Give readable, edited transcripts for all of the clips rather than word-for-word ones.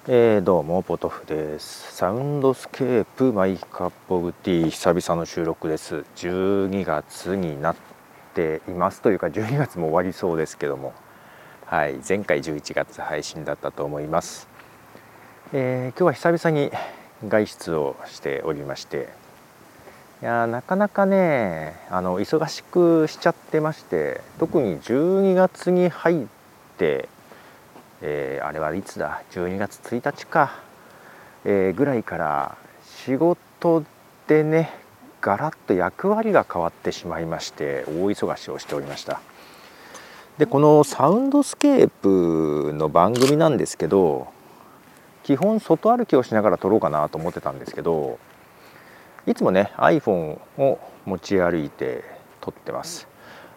どうもポトフです。サウンドスケープマイカップオブティー、久々の収録です。12月になっていますというか、12月も終わりそうですけども、はい、前回11月配信だったと思います。今日は久々に外出をしておりまして、いやなかなかね忙しくしちゃってまして、特に12月に入って、あれはいつだ、12月1日か、ぐらいから仕事でねガラッと役割が変わってしまいまして、大忙しをしておりました。でこのサウンドスケープの番組なんですけど、基本外歩きをしながら撮ろうかなと思ってたんですけど、いつもね iPhone を持ち歩いて撮ってます。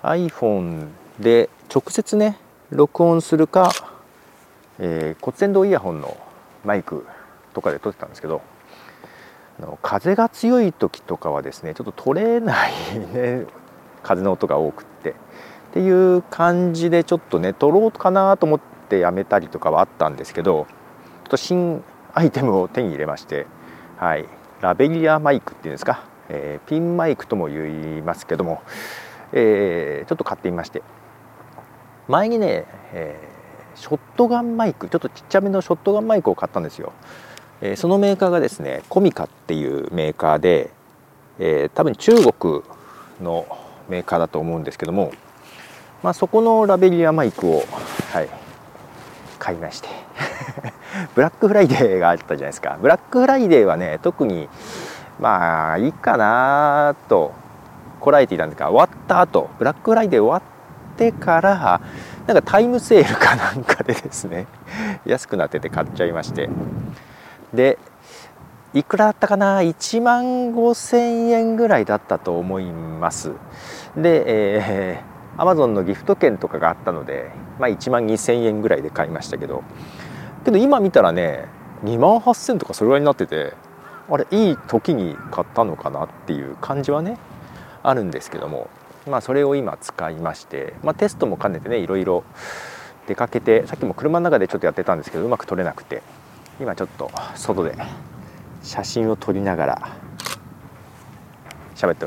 iPhone で直接ね録音するか、骨伝導イヤホンのマイクとかで撮ってたんですけど、風が強い時とかはですねちょっと撮れないね、風の音が多くっていう感じで、ちょっとね撮ろうかなと思ってやめたりとかはあったんですけど、ちょっと新アイテムを手に入れまして、はい、ラベリアマイクっていうんですか、ピンマイクとも言いますけども、ちょっと買ってみまして、前にね、ショットガンマイク、ちょっとちっちゃめのショットガンマイクを買ったんですよ。そのメーカーがですねコミカっていうメーカーで、多分中国のメーカーだと思うんですけども、そこのラベリアマイクを、はい、買いましてブラックフライデーがあったじゃないですか。ブラックフライデーはね特にいいかなとこらえていたんですが、終わった後、ブラックフライデー終わってからなんかタイムセールかなんかでですね安くなってて買っちゃいまして、でいくらだったかな、1万5,000円ぐらいだったと思います。で、Amazon のギフト券とかがあったので、1万2,000円ぐらいで買いましたけど、今見たらね2万8,000とかそれぐらいになってて、あれいい時に買ったのかなっていう感じはねあるんですけども、それを今使いまして、テストも兼ねてねいろいろ出かけて、さっきも車の中でちょっとやってたんですけどうまく撮れなくて、今ちょっと外で写真を撮りながら喋ってます。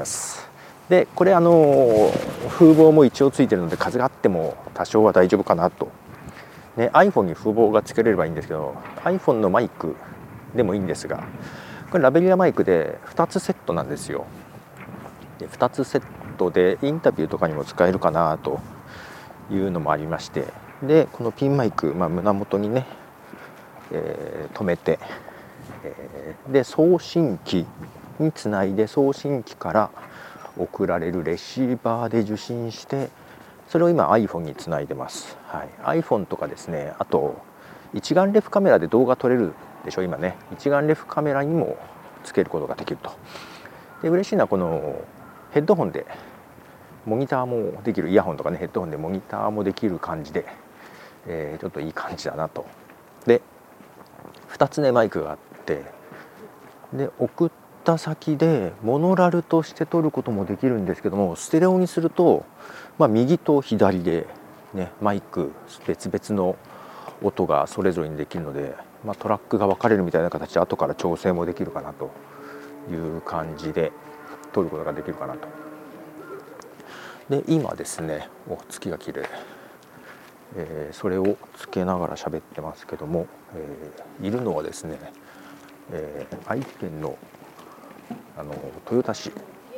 でこれ風防も一応ついてるので、風があっても多少は大丈夫かなと、ね、iPhone に風防がつけれればいいんですけど、 iPhone のマイクでもいいんですが、これラベリアマイクで2つセットなんですよ。で2つセットでインタビューとかにも使えるかなというのもありまして、でこのピンマイク、胸元にね、止めて、で送信機につないで、送信機から送られるレシーバーで受信して、それを今 iPhone につないでます。はい、iPhone とかですね、あと一眼レフカメラで動画撮れるでしょ今ね。一眼レフカメラにもつけることができると。で嬉しいのはこのヘッドホンでモニターもできる、イヤホンとかね、ヘッドホンでモニターもできる感じで、ちょっといい感じだなと。で2つねマイクがあって、で送った先でモノラルとして撮ることもできるんですけども、ステレオにすると、右と左で、ね、マイク別々の音がそれぞれにできるので、トラックが分かれるみたいな形で後から調整もできるかなという感じで撮ることができるかなと。で今ですね、月が綺麗、それをつけながら喋ってますけども、いるのはですね、愛知県の豊田市ち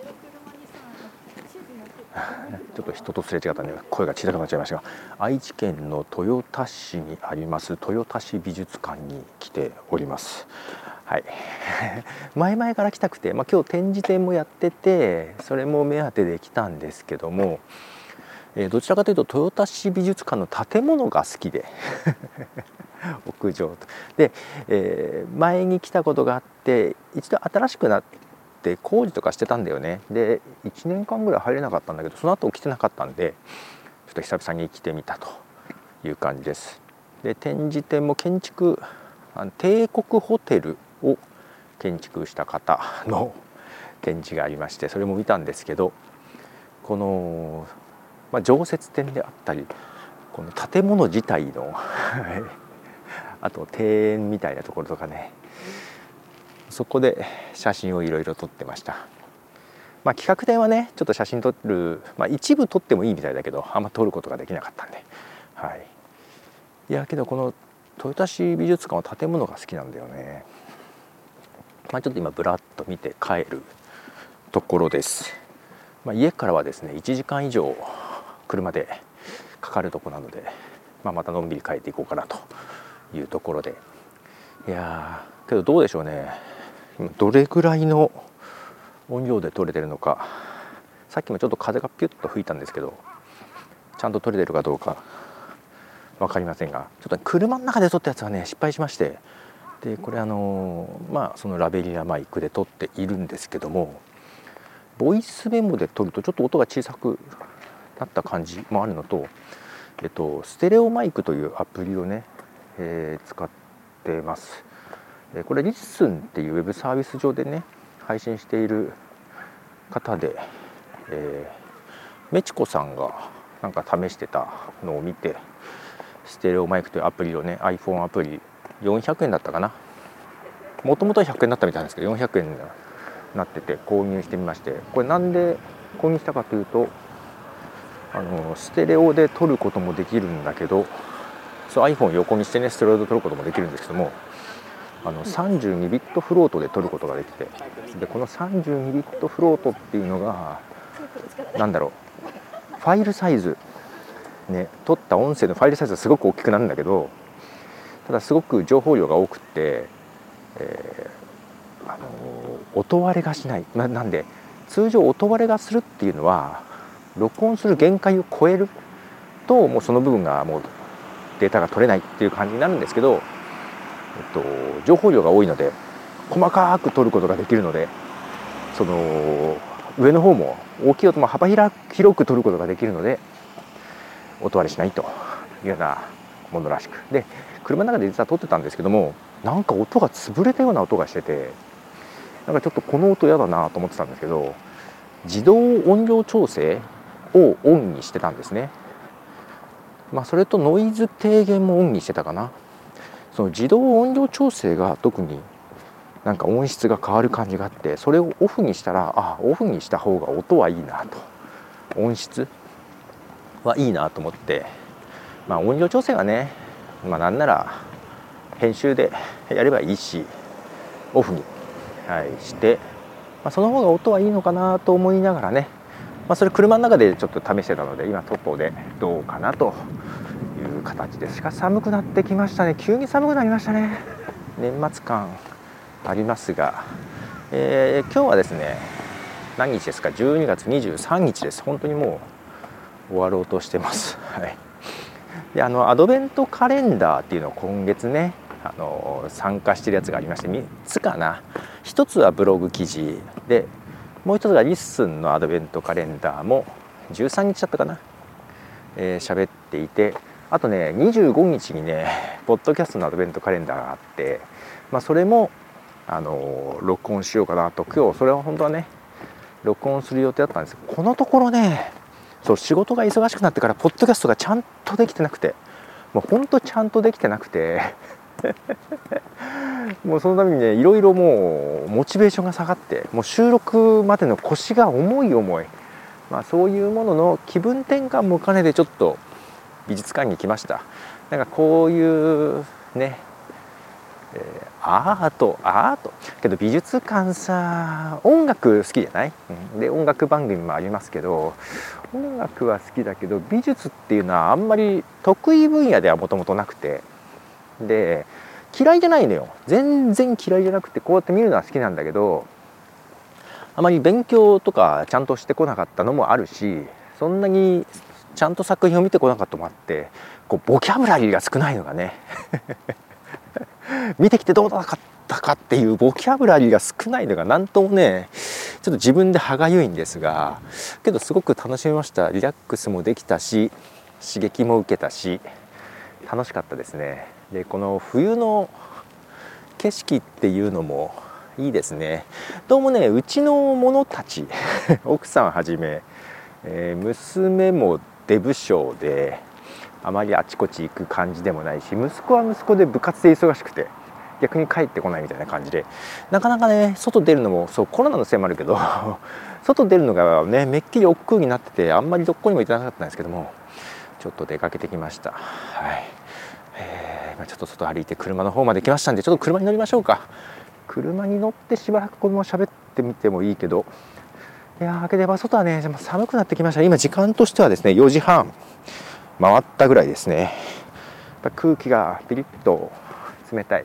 ょっと人とすれ違ったね、声が小さくなっちゃいましたが、愛知県の豊田市にあります豊田市美術館に来ております。はい前々から来たくて、今日展示展もやってて、それも目当てで来たんですけども、どちらかというと豊田市美術館の建物が好きで屋上とで、前に来たことがあって、一度新しくなって工事とかしてたんだよね。で1年間ぐらい入れなかったんだけど、その後来てなかったんで、ちょっと久々に来てみたという感じです。で展示展も帝国ホテルを建築した方の展示がありまして、それも見たんですけど、この、常設展であったり、この建物自体のあと庭園みたいなところとかね、そこで写真をいろいろ撮ってました。企画展はねちょっと写真撮る、一部撮ってもいいみたいだけどあんま撮ることができなかったんで、いやけどこの豊田市美術館は建物が好きなんだよね。ちょっと今ブラッと見て帰るところです。家からはですね1時間以上車でかかるとこなので、またのんびり帰っていこうかなというところで、いやけどどうでしょうね、どれぐらいの音量で撮れてるのか。さっきもちょっと風がピュッと吹いたんですけどちゃんと撮れてるかどうか分かりませんが、ちょっと車の中で撮ったやつはね失敗しまして、でこれそのラベリアマイクで撮っているんですけども、ボイスメモで撮るとちょっと音が小さくなった感じもあるのと、ステレオマイクというアプリをね、使ってます。これリッスンっていうウェブサービス上でね配信している方で、メチコさんがなんか試してたのを見て、ステレオマイクというアプリをね iPhone アプリ400円だったかな、もともとは100円だったみたいなんですけど400円になってて購入してみまして、これなんで購入したかというとステレオで撮ることもできるんだけど、iPhone を横にしてねステレオで撮ることもできるんですけども、32ビットフロートで撮ることができて、でこの32ビットフロートっていうのがなんだろう、ファイルサイズね、撮った音声のファイルサイズはすごく大きくなるんだけど、ただすごく情報量が多くって、音割れがしない、なんで通常音割れがするっていうのは録音する限界を超えるともうその部分がもうデータが取れないっていう感じになるんですけど、情報量が多いので細かく取ることができるので、その上の方も大きい音も幅広く取ることができるので音割れしないというようなものらしく、で車の中で実は撮ってたんですけども、なんか音が潰れたような音がしてて、なんかちょっとこの音嫌だなと思ってたんですけど、自動音量調整をオンにしてたんですね。それとノイズ低減もオンにしてたかな。その自動音量調整が特になんか音質が変わる感じがあって、それをオフにしたらオフにした方が音はいいなと、音質はいいなと思って、音量調整はね、なんなら編集でやればいいしオフに、して、その方が音はいいのかなと思いながらね、それ車の中でちょっと試してたので今外でどうかなという形です。しかし寒くなってきましたね。急に寒くなりましたね。年末感ありますが、今日はですね何日ですか、12月23日です。本当にもう終わろうとしてます。でアドベントカレンダーっていうのを今月ね参加してるやつがありまして、3つかな。1つはブログ記事で、もう1つがリッスンのアドベントカレンダーも13日だったかな、喋っていて、あとね25日にねポッドキャストのアドベントカレンダーがあって、それも録音しようかなと。今日それは本当はね録音する予定だったんですけど、このところね仕事が忙しくなってからポッドキャストがちゃんとできてなくて、もう本当ちゃんとできてなくてもうそのためにねいろいろもうモチベーションが下がって、もう収録までの腰が重い、そういうものの気分転換も兼ねてちょっと美術館に来ました。なんかこういうね、アートけど美術館さ、音楽好きじゃない、で音楽番組もありますけど、音楽は好きだけど美術っていうのはあんまり得意分野ではもともとなくて、で嫌いじゃないのよ、全然嫌いじゃなくて、こうやって見るのは好きなんだけど、あまり勉強とかちゃんとしてこなかったのもあるし、そんなにちゃんと作品を見てこなかったのもあって、ボキャブラリーが少ないのがね見てきてどうだったかっていうボキャブラリーが少ないのがなんともねちょっと自分で歯がゆいんですが、けどすごく楽しめました。リラックスもできたし刺激も受けたし楽しかったですね。でこの冬の景色っていうのもいいですね。どうもねうちの者たち奥さんはじめ、娘もデブ症であまりあちこち行く感じでもないし、息子は息子で部活で忙しくて逆に帰ってこないみたいな感じで、なかなかね外出るのも、そうコロナのせいもあるけど外出るのがねめっきり億劫になってて、あんまりどこにも行ってなかったんですけども、ちょっと出かけてきました。はい、今ちょっと外歩いて車の方まで来ましたんで、ちょっと車に乗りましょうか。車に乗ってしばらくこのまま喋ってみてもいいけど、いやーけど外はね寒くなってきました。今時間としてはですね4時半回ったぐらいですね。やっぱ空気がピリッと冷たい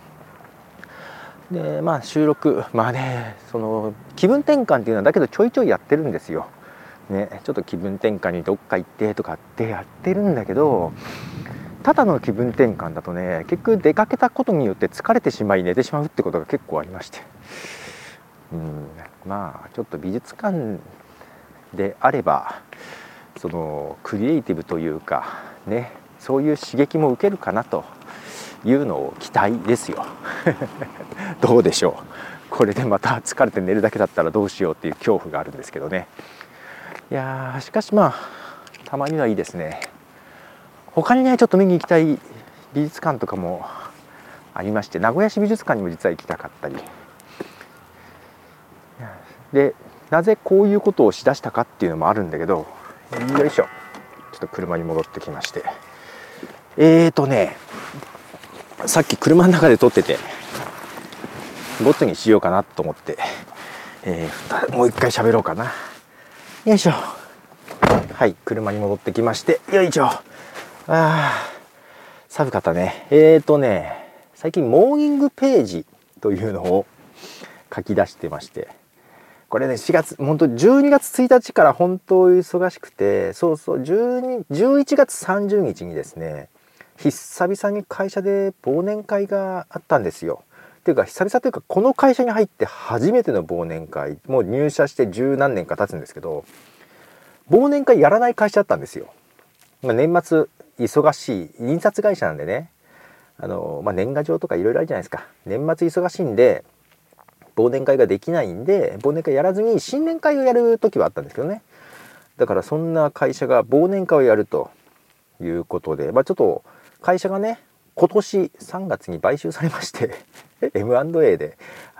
で、収録その気分転換っていうのはだけどちょいちょいやってるんですよね。ちょっと気分転換にどっか行ってとかってやってるんだけど、ただの気分転換だとね結局出かけたことによって疲れてしまい寝てしまうってことが結構ありまして、ちょっと美術館であればそのクリエイティブというかね、そういう刺激も受けるかなというのを期待ですよどうでしょう。これでまた疲れて寝るだけだったらどうしようっていう恐怖があるんですけどね。いやしかしたまにはいいですね。他にねちょっと見に行きたい美術館とかもありまして、名古屋市美術館にも実は行きたかったりで、なぜこういうことをしだしたかっていうのもあるんだけど、よいしょ、ちょっと車に戻ってきまして、さっき車の中で撮っててボツにしようかなと思って、もう一回喋ろうかな。よいしょ。はい、車に戻ってきまして、よいしょ。寒かったね。最近モーニングページというのを書き出してまして、これね本当12月1日から本当忙しくて、11月30日にですね久々に会社で忘年会があったんですよ。っていうか久々というか、この会社に入って初めての忘年会、もう入社して十何年か経つんですけど、忘年会やらない会社だったんですよ。年末忙しい印刷会社なんでね、年賀状とかいろいろあるじゃないですか。年末忙しいんで忘年会ができないんで、忘年会やらずに新年会をやる時はあったんですけどね。だからそんな会社が忘年会をやるということで、ちょっと会社がね今年3月に買収されましてM&A で、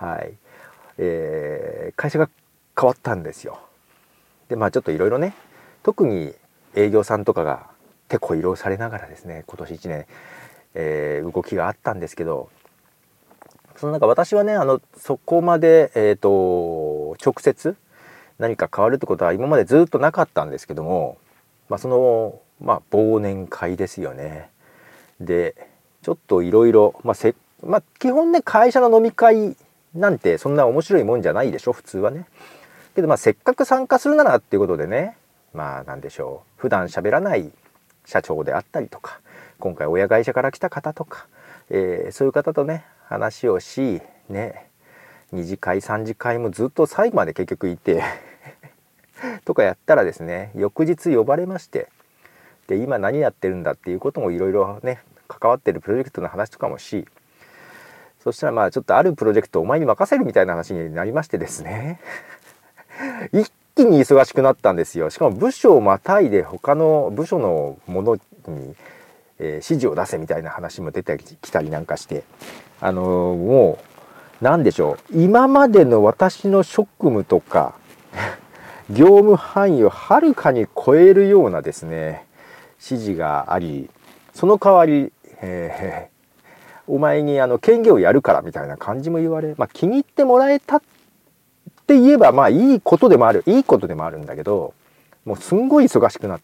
会社が変わったんですよ。でちょっといろいろね、特に営業さんとかが手こ入れをされながらですね、今年1年、動きがあったんですけど、その中私はねそこまで、直接何か変わるってことは今までずっとなかったんですけども、忘年会ですよね。でちょっといろいろ基本ね会社の飲み会なんてそんな面白いもんじゃないでしょ普通はね。けどせっかく参加するならっていうことでね、なんでしょう、普段喋らない社長であったりとか、今回親会社から来た方とか、そういう方とね話をしね、2次会3次会もずっと最後まで結局いてとかやったらですね、翌日呼ばれまして、で今何やってるんだっていうこともいろいろね関わってるプロジェクトの話とかもし、そしたらちょっとあるプロジェクトをお前に任せるみたいな話になりましてですね一気に忙しくなったんですよ。しかも部署をまたいで他の部署のものに、指示を出せみたいな話も出てきたりなんかして、もう何でしょう、今までの私の職務とか業務範囲をはるかに超えるようなですね指示があり、その代わり、お前に権限をやるからみたいな感じも言われ、気に入ってもらえたって言えばいいことでもあるんだけど、もうすんごい忙しくなって、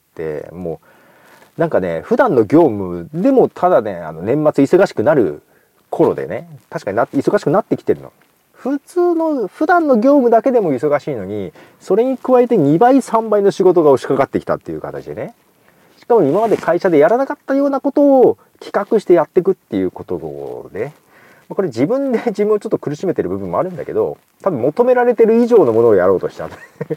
もうなんかね普段の業務でもただね年末忙しくなる頃でね、確かに忙しくなってきてるの。普段の業務だけでも忙しいのに、それに加えて2倍3倍の仕事が押しかかってきたっていう形でね、しかも今まで会社でやらなかったようなことを企画してやっていくっていうことで、これ自分で自分をちょっと苦しめてる部分もあるんだけど、多分求められてる以上のものをやろうとしちゃ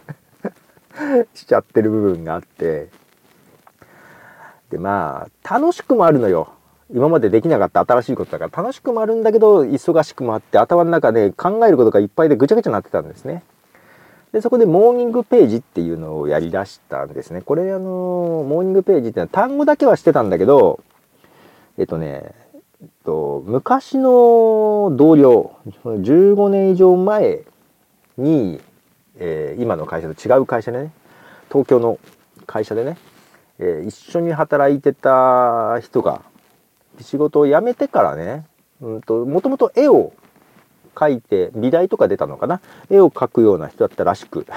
ってる部分があって、で楽しくもあるのよ。今までできなかった新しいことだから楽しくもあるんだけど、忙しくもあって頭の中で考えることがいっぱいでぐちゃぐちゃになってたんですね。 でそこでモーニングページっていうのをやりだしたんですね。これモーニングページっていうのは単語だけはしてたんだけど、昔の同僚、15年以上前に、今の会社と違う会社でね、東京の会社でね、一緒に働いてた人が仕事を辞めてからね、もともと絵を描いて美大とか出たのかな、絵を描くような人だったらしく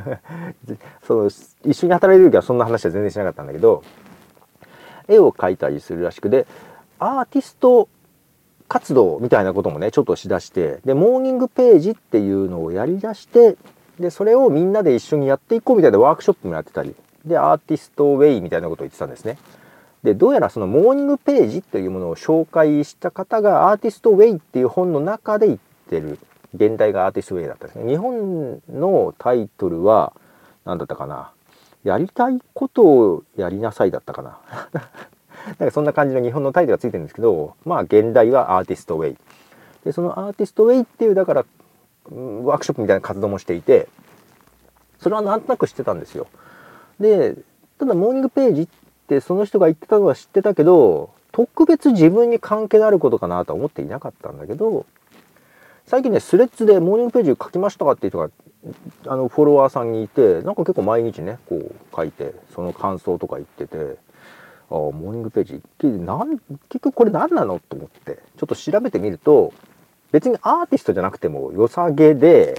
一緒に働いてる時はそんな話は全然しなかったんだけど、絵を描いたりするらしく、でアーティスト活動みたいなこともねちょっとしだして、でモーニングページっていうのをやりだして、でそれをみんなで一緒にやっていこうみたいなワークショップもやってたりで、アーティストウェイみたいなことを言ってたんですね。でどうやらそのモーニングページというものを紹介した方がアーティストウェイっていう本の中で言ってる、現代がアーティストウェイだったんですね。日本のタイトルは何だったかな、やりたいことをやりなさいだったかななんかそんな感じの日本のタイトルがついてるんですけど、まあ現代はアーティストウェイで、そのアーティストウェイっていうだからワークショップみたいな活動もしていて、それはなんとなく知ってたんですよ。でただモーニングページってその人が言ってたのは知ってたけど、特別自分に関係のあることかなとは思っていなかったんだけど、最近ねスレッズでモーニングページ書きましたかっていう人がフォロワーさんにいて、なんか結構毎日ねこう書いてその感想とか言ってて、モーニングページ結局これ何なのと思ってちょっと調べてみると、別にアーティストじゃなくても良さげで、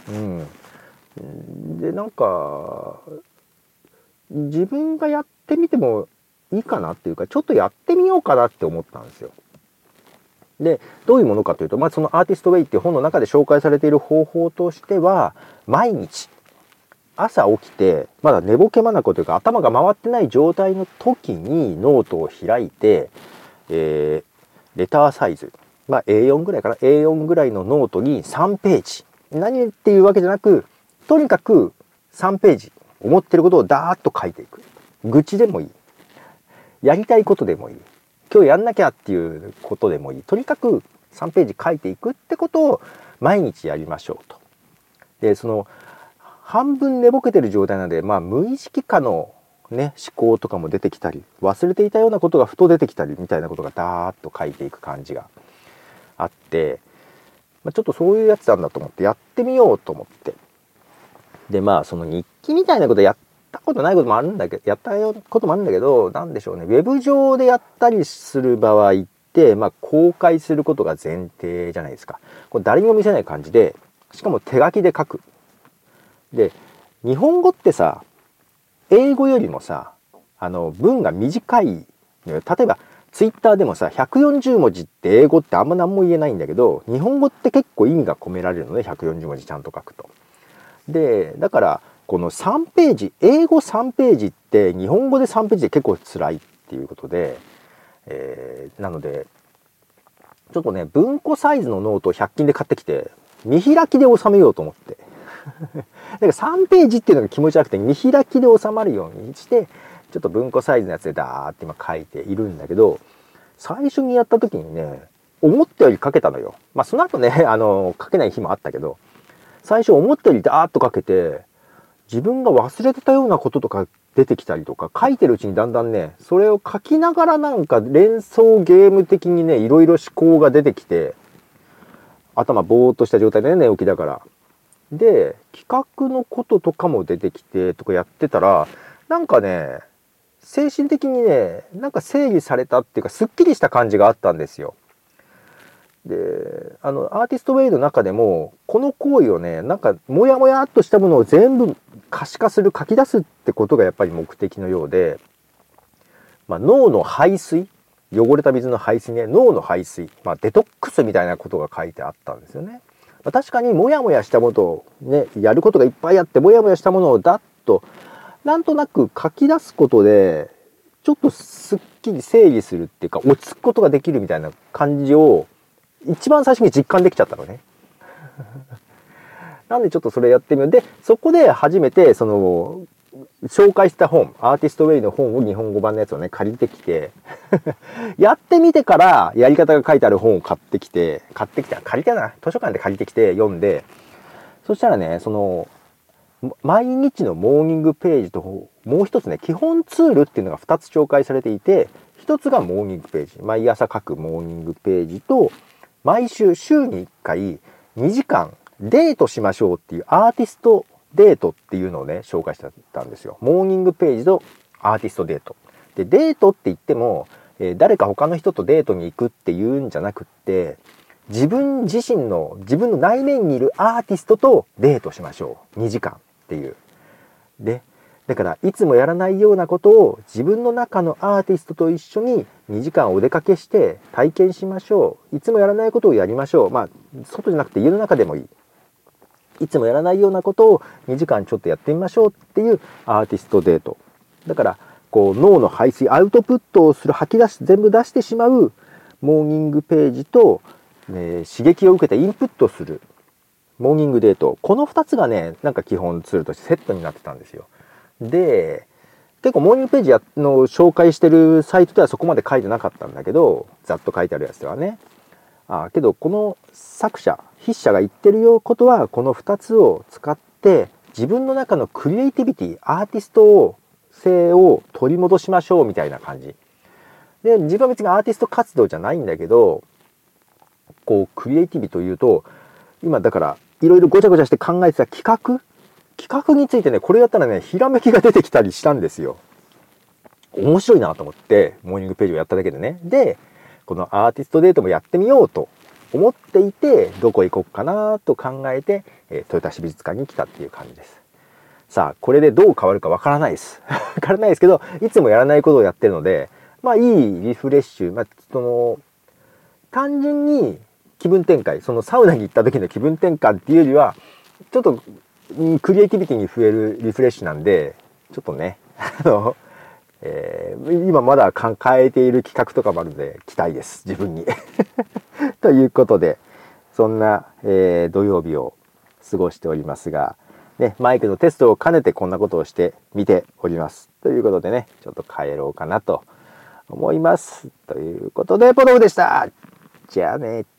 でなんか自分がやってみてもいいかなっていうか、ちょっとやってみようかなって思ったんですよ。でどういうものかというと、そのアーティストウェイっていう本の中で紹介されている方法としては、毎日朝起きてまだ寝ぼけ眼というか頭が回ってない状態の時にノートを開いて、レターサイズ、A4 ぐらいかな、A4 ぐらいのノートに3ページ、何っていうわけじゃなく、とにかく3ページ思ってることをダーッと書いていく。愚痴でもいい、やりたいことでもいい、今日やんなきゃっていうことでもいい、とにかく3ページ書いていくってことを毎日やりましょうと。でその半分寝ぼけてる状態なので、無意識下のね思考とかも出てきたり、忘れていたようなことがふと出てきたりみたいなことがダーッと書いていく感じがあって、ちょっとそういうやつなんだと思ってやってみようと思って、でその日記みたいなことやったことないこともあるんだけど、やったこともあるんだけど、なんでしょうね、ウェブ上でやったりする場合って、公開することが前提じゃないですか。これ誰にも見せない感じで、しかも手書きで書く。で日本語ってさ、英語よりもさ文が短いのよ。例えばツイッターでもさ140文字って英語ってあんま何も言えないんだけど、日本語って結構意味が込められるので、140文字ちゃんと書くと。でだからこの3ページ、英語3ページって日本語で3ページで結構辛いっていうことで、なのでちょっとね文庫サイズのノートを100均で買ってきて見開きで収めようと思ってだから3ページっていうのが気持ち悪くて見開きで収まるようにして、ちょっと文庫サイズのやつでダーって今書いているんだけど、最初にやった時にね思ったより書けたのよ。その後ね書けない日もあったけど、最初思ったよりダーッと書けて、自分が忘れてたようなこととか出てきたりとか、書いてるうちにだんだんねそれを書きながらなんか連想ゲーム的にねいろいろ思考が出てきて、頭ぼーっとした状態でね寝起きだから、で企画のこととかも出てきてとかやってたら、なんかね精神的にねなんか整理されたっていうか、すっきりした感じがあったんですよ。でアーティストウェイの中でもこの行為をねなんかモヤモヤっとしたものを全部可視化する、書き出すってことがやっぱり目的のようで、脳の排水、汚れた水の排水ね、脳の排水、デトックスみたいなことが書いてあったんですよね。確かにモヤモヤしたものをねやることがいっぱいあって、モヤモヤしたものをダッとなんとなく書き出すことでちょっとすっきり整理するっていうか、落ち着くことができるみたいな感じを一番最初に実感できちゃったのねなんでちょっとそれやってみよう。でそこで初めてその紹介した本、アーティストウェイの本を日本語版のやつをね借りてきてやってみてからやり方が書いてある本を借りてな、図書館で借りてきて読んで、そしたらねその毎日のモーニングページともう一つね、基本ツールっていうのが2つ紹介されていて、一つがモーニングページ、毎朝書くモーニングページと、毎週週に1回2時間デートしましょうっていうアーティストデートっていうのをね紹介してたんですよ。モーニングページとアーティストデートで、デートって言っても、誰か他の人とデートに行くっていうんじゃなくって、自分の内面にいるアーティストとデートしましょう2時間っていう。でだからいつもやらないようなことを自分の中のアーティストと一緒に2時間お出かけして体験しましょう。いつもやらないことをやりましょう。まあ外じゃなくて家の中でもいい。いつもやらないようなことを2時間ちょっとやってみましょうっていうアーティストデート。だからこう脳の排水アウトプットをする、吐き出し全部出してしまうモーニングページと、刺激を受けてインプットするモーニングデート、この2つがねなんか基本ツールとしてセットになってたんですよ。で結構モーニングページの紹介してるサイトではそこまで書いてなかったんだけど、ざっと書いてあるやつではね。けどこの筆者が言ってることは、この2つを使って自分の中のクリエイティビティ、アーティスト性を取り戻しましょうみたいな感じで、自分は別にアーティスト活動じゃないんだけど、こうクリエイティビというと、今だからいろいろごちゃごちゃして考えてた企画についてね、これやったらねひらめきが出てきたりしたんですよ。面白いなと思ってモーニングページをやっただけでね。でこのアーティストデートもやってみようと思っていて、どこ行こうかなと考えて、豊田市美術館に来たっていう感じです。さあこれでどう変わるかわからないですわからないですけど、いつもやらないことをやってるので、まあいいリフレッシュ、単純に気分転換、そのサウナに行った時の気分転換っていうよりはちょっとクリエイティビティに増えるリフレッシュなんで、ちょっとね今まだ抱えている企画とかもあるので期待です自分にということで、そんな、土曜日を過ごしておりますが、ね、マイクのテストを兼ねてこんなことをしてみておりますということでね、ちょっと帰ろうかなと思います。ということでポトフでした。じゃあね。